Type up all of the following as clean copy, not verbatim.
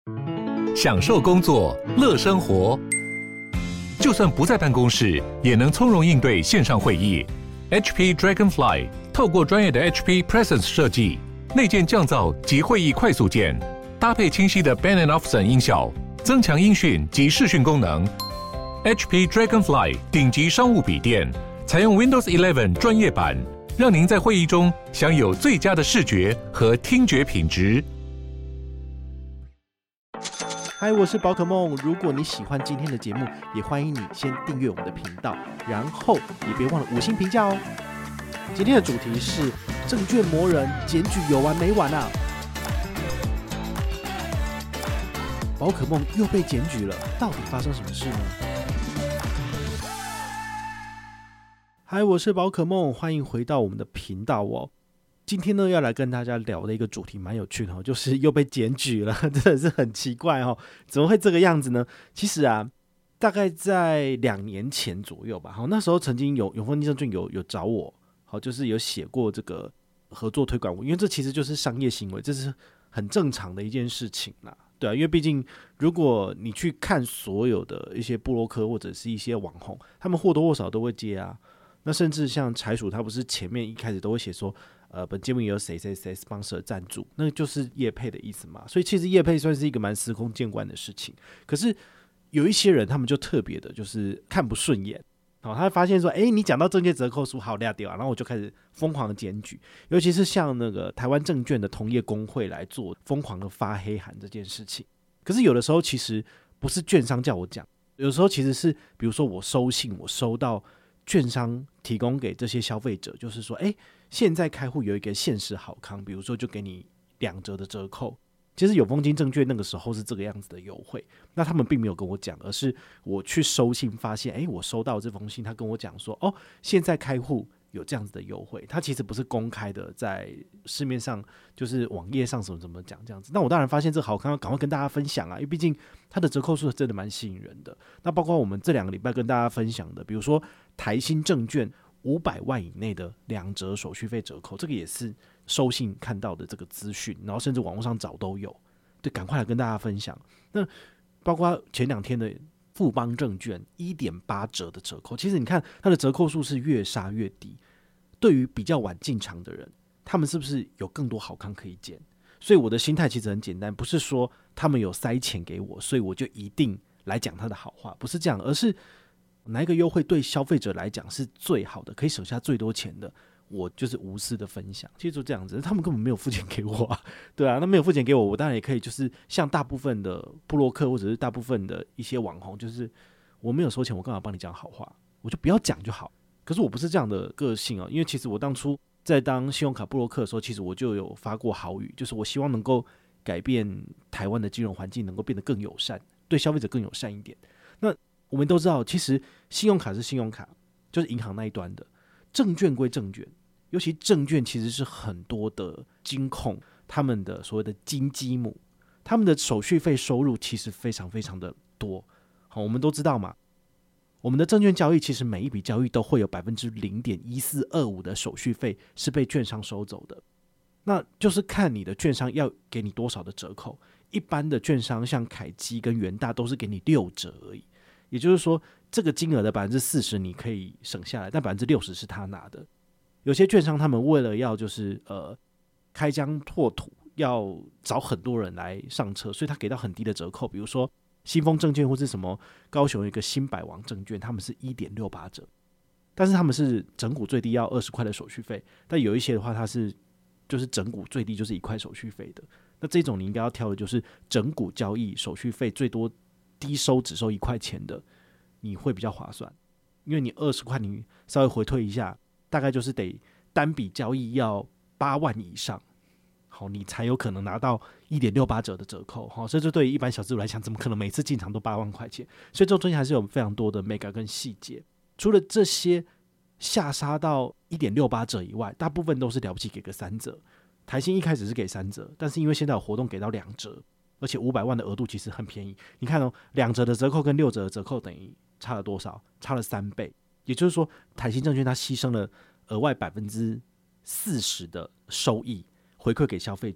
享受工作，乐生活。就算不在办公室，也能从容应对线上会议。HP Dragonfly 透过专业的 HP Presence 设计，内建降噪及会议快速键，搭配清晰的 Bang & Olufsen 音效，增强音讯及视讯功能。HP Dragonfly 顶级商务笔电，采用 Windows 11专业版，让您在会议中享有最佳的视觉和听觉品质。 嗨，我是宝可梦。如果你喜欢今天的节目，也欢迎你先订阅我们的频道，然后也别忘了5星评价哦。今天的主题是证券魔人检举有完没完啊？宝可梦又被检举了，到底发生什么事呢？嗨，我是宝可梦，欢迎回到我们的频道哦。今天呢，要来跟大家聊的一个主题蛮有趣的，就是又被检举了，真的是很奇怪哦，怎么会这个样子呢？其实啊，大概在2年前左右吧，那时候曾经永丰金证券有找我，就是有写过这个合作推广文，因为这其实就是商业行为，这是很正常的一件事情啦，对啊，因为毕竟如果你去看所有的一些部落客或者是一些网红，他们或多或少都会接啊，那甚至像柴鼠，他不是前面一开始都会写说。本节目有谁谁谁 sponsor 赞助，那个就是业配的意思嘛。所以其实业配算是一个蛮司空见惯的事情。可是有一些人，他们就特别的，就是看不顺眼。他会发现说，你讲到证券折扣数好亮掉啊，然后我就开始疯狂的检举，尤其是像那个台湾证券的同业工会来做疯狂的发黑函这件事情。可是有的时候其实不是券商叫我讲，有的时候其实是比如说我收信，我收到券商提供给这些消费者，就是说，现在开户有一个限时好康，比如说就给你2折的折扣。其实永丰金证券那个时候是这个样子的优惠，那他们并没有跟我讲，而是我去收信发现，我收到这封信，他跟我讲说，现在开户有这样子的优惠，它其实不是公开的，在市面上就是网页上怎么讲这样子。那我当然发现这好康，要赶快跟大家分享啊，因为毕竟它的折扣数真的蛮吸引人的。那包括我们这2个礼拜跟大家分享的，比如说台新证券500万以内的2折手续费折扣，这个也是收信看到的这个资讯，然后甚至网络上找都有，对，赶快来跟大家分享。那包括前2天的富邦证券 1.8 折的折扣，其实你看它的折扣数是越杀越低。对于比较晚进场的人，他们是不是有更多好康可以捡？所以我的心态其实很简单，不是说他们有塞钱给我，所以我就一定来讲他的好话，不是这样，而是哪一个优惠对消费者来讲是最好的，可以省下最多钱的，我就是无私的分享。其实就这样子，他们根本没有付钱给我啊，对啊，那没有付钱给我，我当然也可以就是像大部分的部落客或者是大部分的一些网红，就是我没有收钱，我干嘛帮你讲好话？我就不要讲就好。可是我不是这样的个性因为其实我当初在当信用卡部落客的时候，其实我就有发过豪语，就是我希望能够改变台湾的金融环境，能够变得更友善，对消费者更友善一点。那我们都知道，其实信用卡是信用卡，就是银行那一端的，证券归证券，尤其证券其实是很多的金控他们的所谓的金鸡母，他们的手续费收入其实非常非常的多。好，我们都知道嘛，我们的证券交易其实每一笔交易都会有 0.1425% 的手续费是被券商收走的，那就是看你的券商要给你多少的折扣。一般的券商像凯基跟元大都是给你6折而已，也就是说这个金额的 40% 你可以省下来，但 60% 是他拿的。有些券商他们为了要就是开疆拓土，要找很多人来上车，所以他给到很低的折扣，比如说新丰证券或是什么高雄有一个新百王证券，他们是 1.68 折，但是他们是整股最低要20块的手续费，但有一些的话它是就是整股最低就是1块手续费的。那这种你应该要挑的就是整股交易手续费最多低收只收1块钱的，你会比较划算，因为你20块你稍微回退一下，大概就是得单笔交易要8万以上，好，你才有可能拿到 1.68 折的折扣。好，所以这对于一般小资主来讲，怎么可能每次进场都8万块钱？所以这中间还是有非常多的 mega 跟细节。除了这些下杀到 1.68 折以外，大部分都是了不起给个3折。台新一开始是给3折，但是因为现在有活动给到2折，而且500万的额度其实很便宜。你看2折的折扣跟6折的折扣等于差了多少？差了3倍。也就是说，台新证券它牺牲了额外40%的收益回馈给消费者，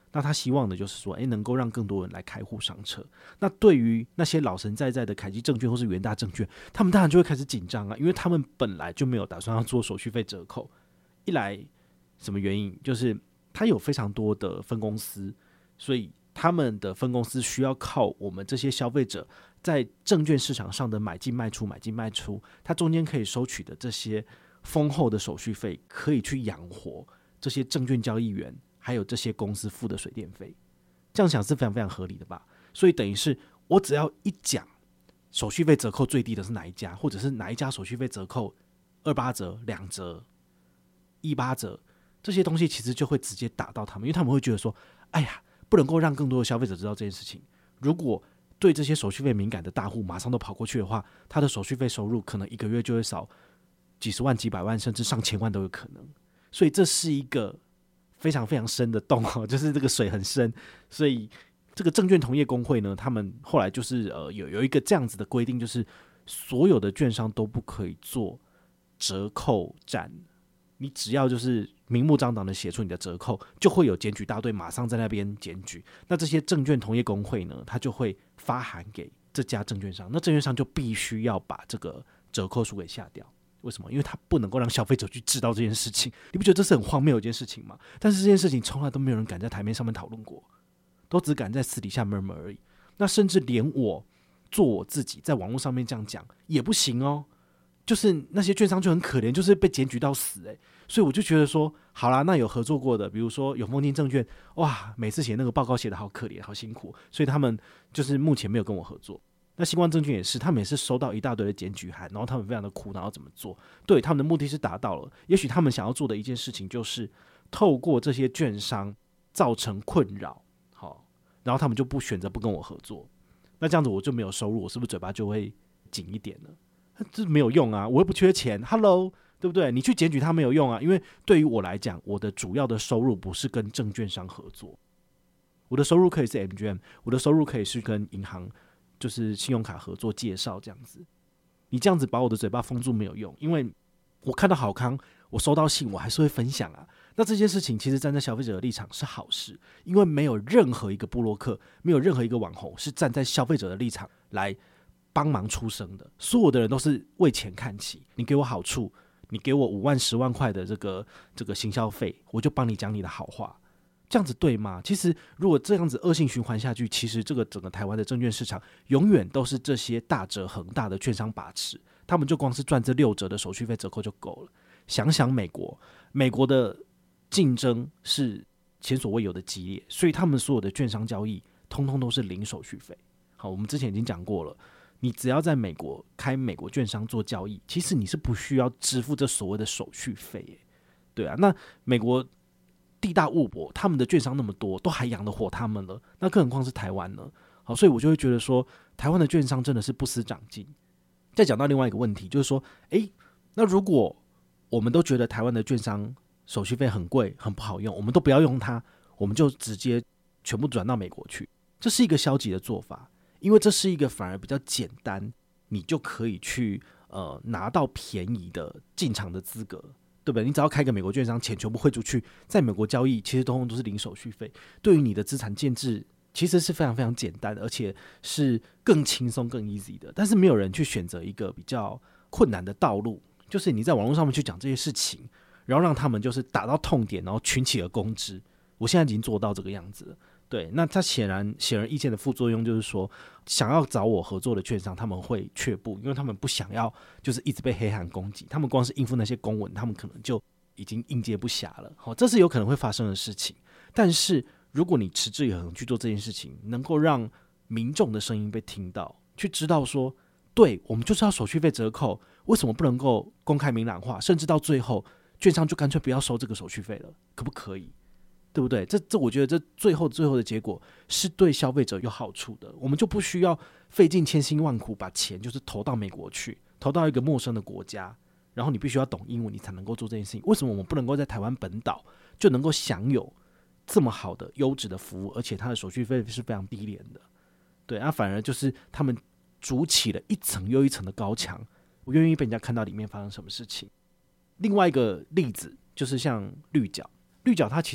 那他希望的就是说，能够让更多人来开户上车。那对于那些老神在在的凯基证券或是元大证券，他们当然就会开始紧张啊，因为他们本来就没有打算要做手续费折扣。一来什么原因？就是他有非常多的分公司，所以他们的分公司需要靠我们这些消费者在证券市场上的买进卖出，它中间可以收取的这些丰厚的手续费，可以去养活这些证券交易员，还有这些公司付的水电费。这样想是非常非常合理的吧？所以等于是我只要一讲手续费折扣最低的是哪一家，或者是哪一家手续费折扣28折、2折、18折，这些东西其实就会直接打到他们，因为他们会觉得说，哎呀，不能够让更多的消费者知道这件事情。如果对这些手续费敏感的大户马上都跑过去的话，他的手续费收入可能一个月就会少几十万、几百万，甚至上千万都有可能。所以这是一个非常非常深的洞哦，就是这个水很深。所以这个证券同业公会呢，他们后来就是有一个这样子的规定，就是所有的券商都不可以做折扣战。你只要就是明目张胆的写出你的折扣，就会有检举大队马上在那边检举。那这些证券同业公会呢，他就会发函给这家证券商，那证券商就必须要把这个折扣数给下掉。为什么？因为他不能够让消费者去知道这件事情。你不觉得这是很荒谬的一件事情吗？但是这件事情从来都没有人敢在台面上面讨论过，都只敢在私底下 murmur 而已。那甚至连我做我自己在网络上面这样讲也不行哦。就是那些券商就很可怜，就是被检举到死所以我就觉得说，好啦，那有合作过的，比如说永丰金证券，哇，每次写那个报告写得好可怜，好辛苦，所以他们就是目前没有跟我合作。那星光证券也是，他们也是收到一大堆的检举函，然后他们非常的苦恼要怎么做。对，他们的目的是达到了，也许他们想要做的一件事情就是透过这些券商造成困扰，好，然后他们就不选择不跟我合作。那这样子我就没有收入，我是不是嘴巴就会紧一点呢？这没有用啊，我又不缺钱 ，Hello， 对不对？你去检举他没有用啊，因为对于我来讲，我的主要的收入不是跟证券商合作，我的收入可以是 MGM， 我的收入可以是跟银行，就是信用卡合作介绍这样子。你这样子把我的嘴巴封住没有用，因为我看到好康，我收到信，我还是会分享啊。那这件事情其实站在消费者的立场是好事，因为没有任何一个部落客，没有任何一个网红是站在消费者的立场来帮忙出声的，所有的人都是为钱看齐。你给我好处，你给我5万10万块的这个行销费，我就帮你讲你的好话，这样子对吗？其实如果这样子恶性循环下去，其实这个整个台湾的证券市场永远都是这些大折恒大的券商把持，他们就光是赚这6折的手续费折扣就够了。想想美国的竞争是前所未有的激烈，所以他们所有的券商交易通通都是零手续费。好，我们之前已经讲过了，你只要在美国开美国券商做交易，其实你是不需要支付这所谓的手续费。对啊，那美国地大物博，他们的券商那么多，都还养得活他们了，那更何况是台湾呢？好，所以我就会觉得说，台湾的券商真的是不思长进。再讲到另外一个问题，就是说，那如果我们都觉得台湾的券商手续费很贵、很不好用，我们都不要用它，我们就直接全部转到美国去，这是一个消极的做法。因为这是一个反而比较简单，你就可以去拿到便宜的进场的资格，对不对？你只要开个美国券商，钱全部汇出去，在美国交易，其实通通都是零手续费。对于你的资产建制，其实是非常非常简单的，而且是更轻松、更 easy 的。但是没有人去选择一个比较困难的道路，就是你在网络上面去讲这些事情，然后让他们就是打到痛点，然后群起而攻之。我现在已经做到这个样子了。对，那他显而易见的副作用就是说，想要找我合作的券商他们会却步，因为他们不想要就是一直被黑函攻击，他们光是应付那些公文，他们可能就已经应接不暇了。这是有可能会发生的事情。但是如果你持之以恒去做这件事情，能够让民众的声音被听到，去知道说，对，我们就是要手续费折扣，为什么不能够公开明朗化，甚至到最后券商就干脆不要收这个手续费了，可不可以？对不对？这我觉得这最后的结果是对消费者有好处的，我们就不需要费尽千辛万苦把钱就是投到美国去，投到一个陌生的国家，然后你必须要懂英文你才能够做这件事情。为什么我们不能够在台湾本岛就能够享有这么好的优质的服务，而且它的手续费是非常低廉的？对啊，反而就是他们筑起了一层又一层的高墙，不愿意被人家看到里面发生什么事情。另外一个例子就是像绿角它其实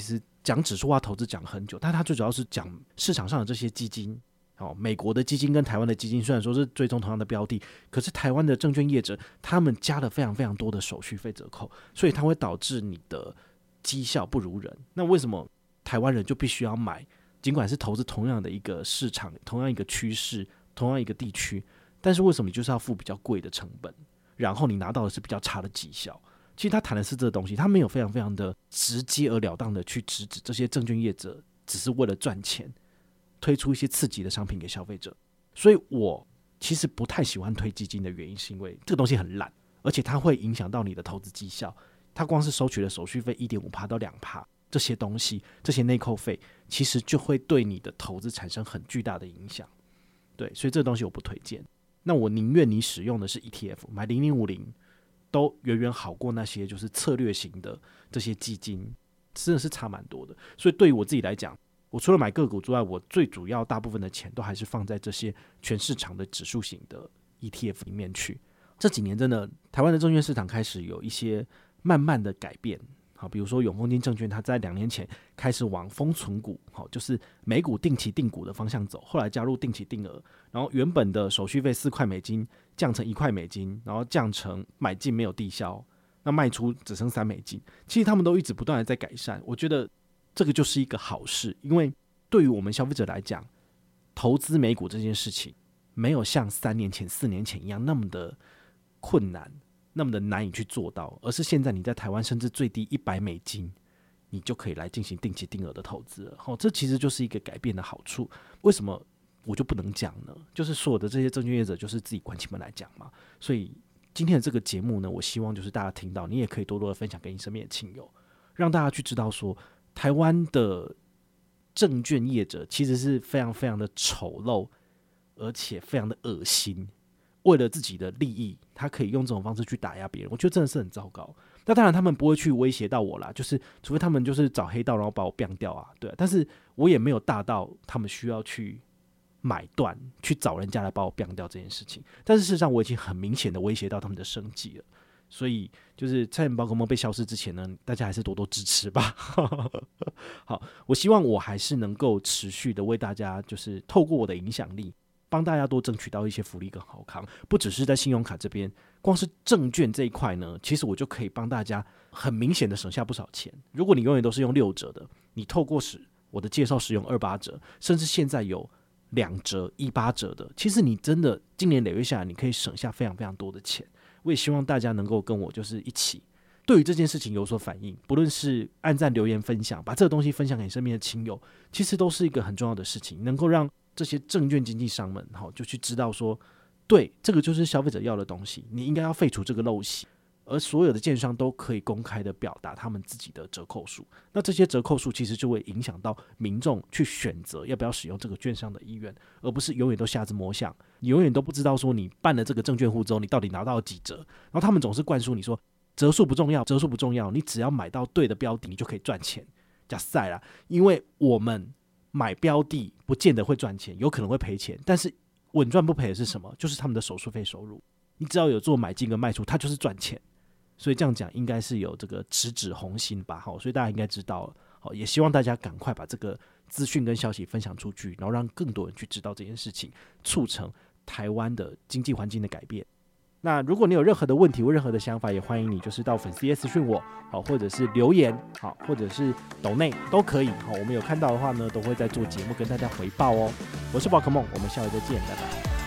讲指数化投资讲了很久，但它最主要是讲市场上的这些基金。美国的基金跟台湾的基金虽然说是追踪同样的标的，可是台湾的证券业者他们加了非常非常多的手续费折扣，所以它会导致你的绩效不如人。那为什么台湾人就必须要买？尽管是投资同样的一个市场、同样一个趋势、同样一个地区，但是为什么你就是要付比较贵的成本，然后你拿到的是比较差的绩效？其实他谈的是这个东西，他没有非常非常的直接而了当的去直指这些证券业者只是为了赚钱推出一些刺激的商品给消费者。所以我其实不太喜欢推基金的原因是因为这个东西很烂，而且它会影响到你的投资绩效。它光是收取的手续费 1.5% 到 2%， 这些东西这些内扣费其实就会对你的投资产生很巨大的影响。对，所以这个东西我不推荐。那我宁愿你使用的是 ETF， 买0050都远远好过那些就是策略型的这些基金，真的是差蛮多的。所以对于我自己来讲，我除了买个股之外，我最主要大部分的钱都还是放在这些全市场的指数型的 ETF 里面去。这几年真的台湾的证券市场开始有一些慢慢的改变，好，比如说永丰金证券，它在2年前开始往封存股，好，就是每股定期定股的方向走，后来加入定期定额，然后原本的手续费$4降成$1，然后降成买进没有抵销，那卖出只剩$3。其实他们都一直不断的在改善，我觉得这个就是一个好事，因为对于我们消费者来讲，投资美股这件事情没有像3年前、4年前一样那么的困难，那么的难以去做到，而是现在你在台湾甚至最低$100，你就可以来进行定期定额的投资了。这其实就是一个改变的好处。为什么我就不能讲呢？就是所有的这些证券业者就是自己关起门来讲嘛。所以今天的这个节目呢，我希望就是大家听到，你也可以多多的分享给你身边的亲友，让大家去知道说，台湾的证券业者其实是非常非常的丑陋，而且非常的恶心。为了自己的利益，他可以用这种方式去打压别人，我觉得真的是很糟糕。那当然他们不会去威胁到我啦，就是除非他们就是找黑道然后把我变掉啊，对啊，但是我也没有大到他们需要去买断去找人家来把我变掉这件事情。但是事实上我已经很明显的威胁到他们的生计了，所以就是在宝可梦被消失之前呢，大家还是多多支持吧。好，我希望我还是能够持续的为大家就是透过我的影响力帮大家多争取到一些福利跟好康，不只是在信用卡这边，光是证券这一块呢，其实我就可以帮大家很明显的省下不少钱。如果你永远都是用6折的，你透过我的介绍使用28折，甚至现在有2折、18折的，其实你真的经年累月下来，你可以省下非常非常多的钱。我也希望大家能够跟我就是一起对于这件事情有所反应，不论是按赞、留言、分享，把这个东西分享给身边的亲友，其实都是一个很重要的事情，能够让这些证券经纪商们就去知道说，对，这个就是消费者要的东西，你应该要废除这个陋习。而所有的建商都可以公开的表达他们自己的折扣数，那这些折扣数其实就会影响到民众去选择要不要使用这个券商的意愿，而不是永远都瞎子摸象，你永远都不知道说你办了这个证券户之后你到底拿到了几折，然后他们总是灌输你说折数不重要，折数不重要，你只要买到对的标的你就可以赚钱。假赛啦，因为我们买标的不见得会赚钱，有可能会赔钱，但是稳赚不赔的是什么？就是他们的手续费收入，你只要有做买进跟卖出，它就是赚钱。所以这样讲应该是有这个直指红心吧，所以大家应该知道了。也希望大家赶快把这个资讯跟消息分享出去，然后让更多人去知道这件事情，促成台湾的经济环境的改变。那如果你有任何的问题或任何的想法，也欢迎你就是到粉丝私讯我，或者是留言，或者是抖内都可以。我们有看到的话呢，都会在做节目跟大家回报哦。我是宝可梦，我们下回再见，拜拜。